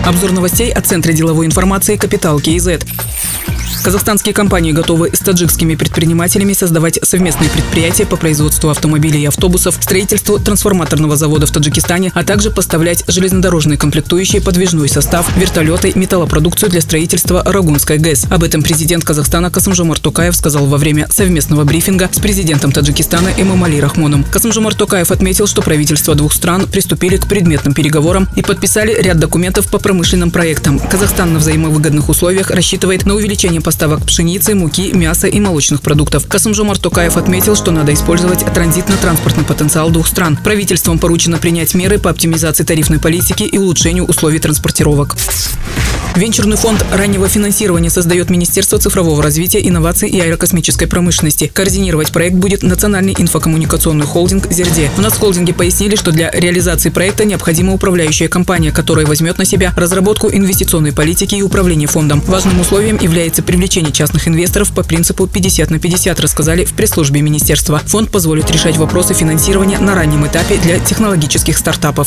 Обзор новостей от Центра деловой информации «Капитал КИЗ». Казахстанские компании готовы с таджикскими предпринимателями создавать совместные предприятия по производству автомобилей и автобусов, строительству трансформаторного завода в Таджикистане, а также поставлять железнодорожные комплектующие, подвижной состав, вертолеты, металлопродукцию для строительства Рагунской ГЭС. Об этом президент Казахстана Касым-Жомарт Токаев сказал во время совместного брифинга с президентом Таджикистана Эмомали Рахмоном. Касым-Жомарт Токаев отметил, что правительства двух стран приступили к предметным переговорам и подписали ряд документов по промышленным проектам. Казахстан на взаимовыгодных условиях рассчитывает на увеличение поставок пшеницы, муки, мяса и молочных продуктов. Касым-Жомарт Токаев отметил, что надо использовать транзитно-транспортный потенциал двух стран. Правительством поручено принять меры по оптимизации тарифной политики и улучшению условий транспортировок. Венчурный фонд раннего финансирования создает Министерство цифрового развития, инноваций и аэрокосмической промышленности. Координировать проект будет Национальный инфокоммуникационный холдинг «Зерде». У нас в холдинге пояснили, что для реализации проекта необходима управляющая компания, которая возьмет на себя разработку инвестиционной политики и управление фондом. Важным условием является привлечение частных инвесторов по принципу 50/50, рассказали в пресс-службе министерства. Фонд позволит решать вопросы финансирования на раннем этапе для технологических стартапов.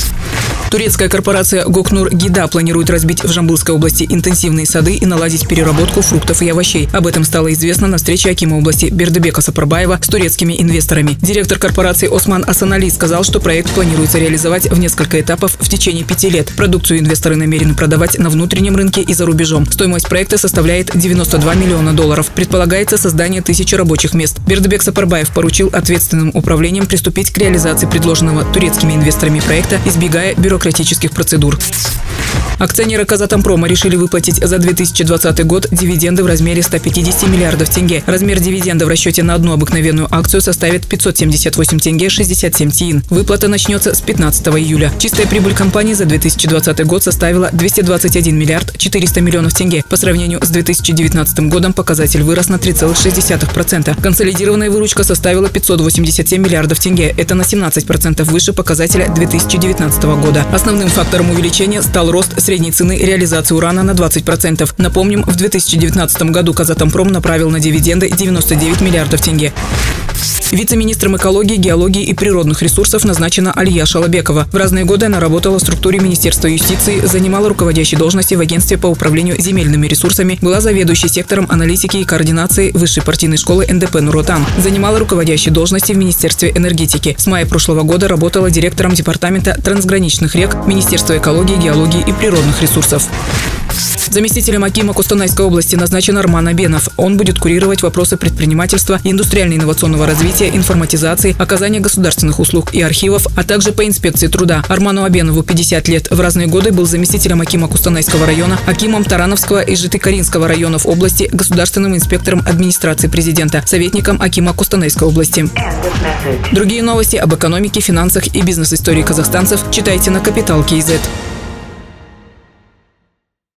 Турецкая корпорация Гокнур Гида планирует разбить в Жамбылской области интенсивные сады и наладить переработку фруктов и овощей. Об этом стало известно на встрече акима области Бердыбека Сапарбаева с турецкими инвесторами. Директор корпорации Осман Асанали сказал, что проект планируется реализовать в несколько этапов в течение 5 лет. Продукцию инвесторы намерены продавать на внутреннем рынке и за рубежом. Стоимость проекта составляет $92 миллиона. Предполагается создание 1000 рабочих мест. Бердыбек Сапарбаев поручил ответственным управлениям приступить к реализации предложенного турецкими инвесторами проекта, избегая бюрократических процедур. Акционеры Казатомпрома решили выплатить за 2020 год дивиденды в размере 150 миллиардов тенге. Размер дивиденда в расчете на одну обыкновенную акцию составит 578 тенге 67 тиин. Выплата начнется с 15 июля. Чистая прибыль компании за 2020 год составила 221 миллиард 400 миллионов тенге. По сравнению с 2019 годом показатель вырос на 3,6%. Консолидированная выручка составила 587 миллиардов тенге. Это на 17% выше показателя 2019 года. Основным фактором увеличения стал рост средней цены реализации урана на 20%. Напомним, в 2019 году Казатомпром направил на дивиденды 99 миллиардов тенге. Вице-министром экологии, геологии и природных ресурсов назначена Алия Шалабекова. В разные годы она работала в структуре Министерства юстиции, занимала руководящие должности в агентстве по управлению земельными ресурсами, была заведующей сектором аналитики и координации Высшей партийной школы НДП Нур-Отан, занимала руководящие должности в Министерстве энергетики. С мая прошлого года работала директором департамента трансграничных рек Министерства экологии, геологии и природных ресурсов. Заместителем акима Костанайской области назначен Арман Абенов. Он будет курировать вопросы предпринимательства, индустриально-инновационного развития, информатизации, оказания государственных услуг и архивов, а также по инспекции труда. Арману Абенову 50 лет. В разные годы был заместителем акима Костанайского района, акимом Тарановского и Житикаринского районов области, государственным инспектором администрации президента, советником акима Костанайской области. Другие новости об экономике, финансах и бизнес-истории казахстанцев читайте на Капитал КИЗ.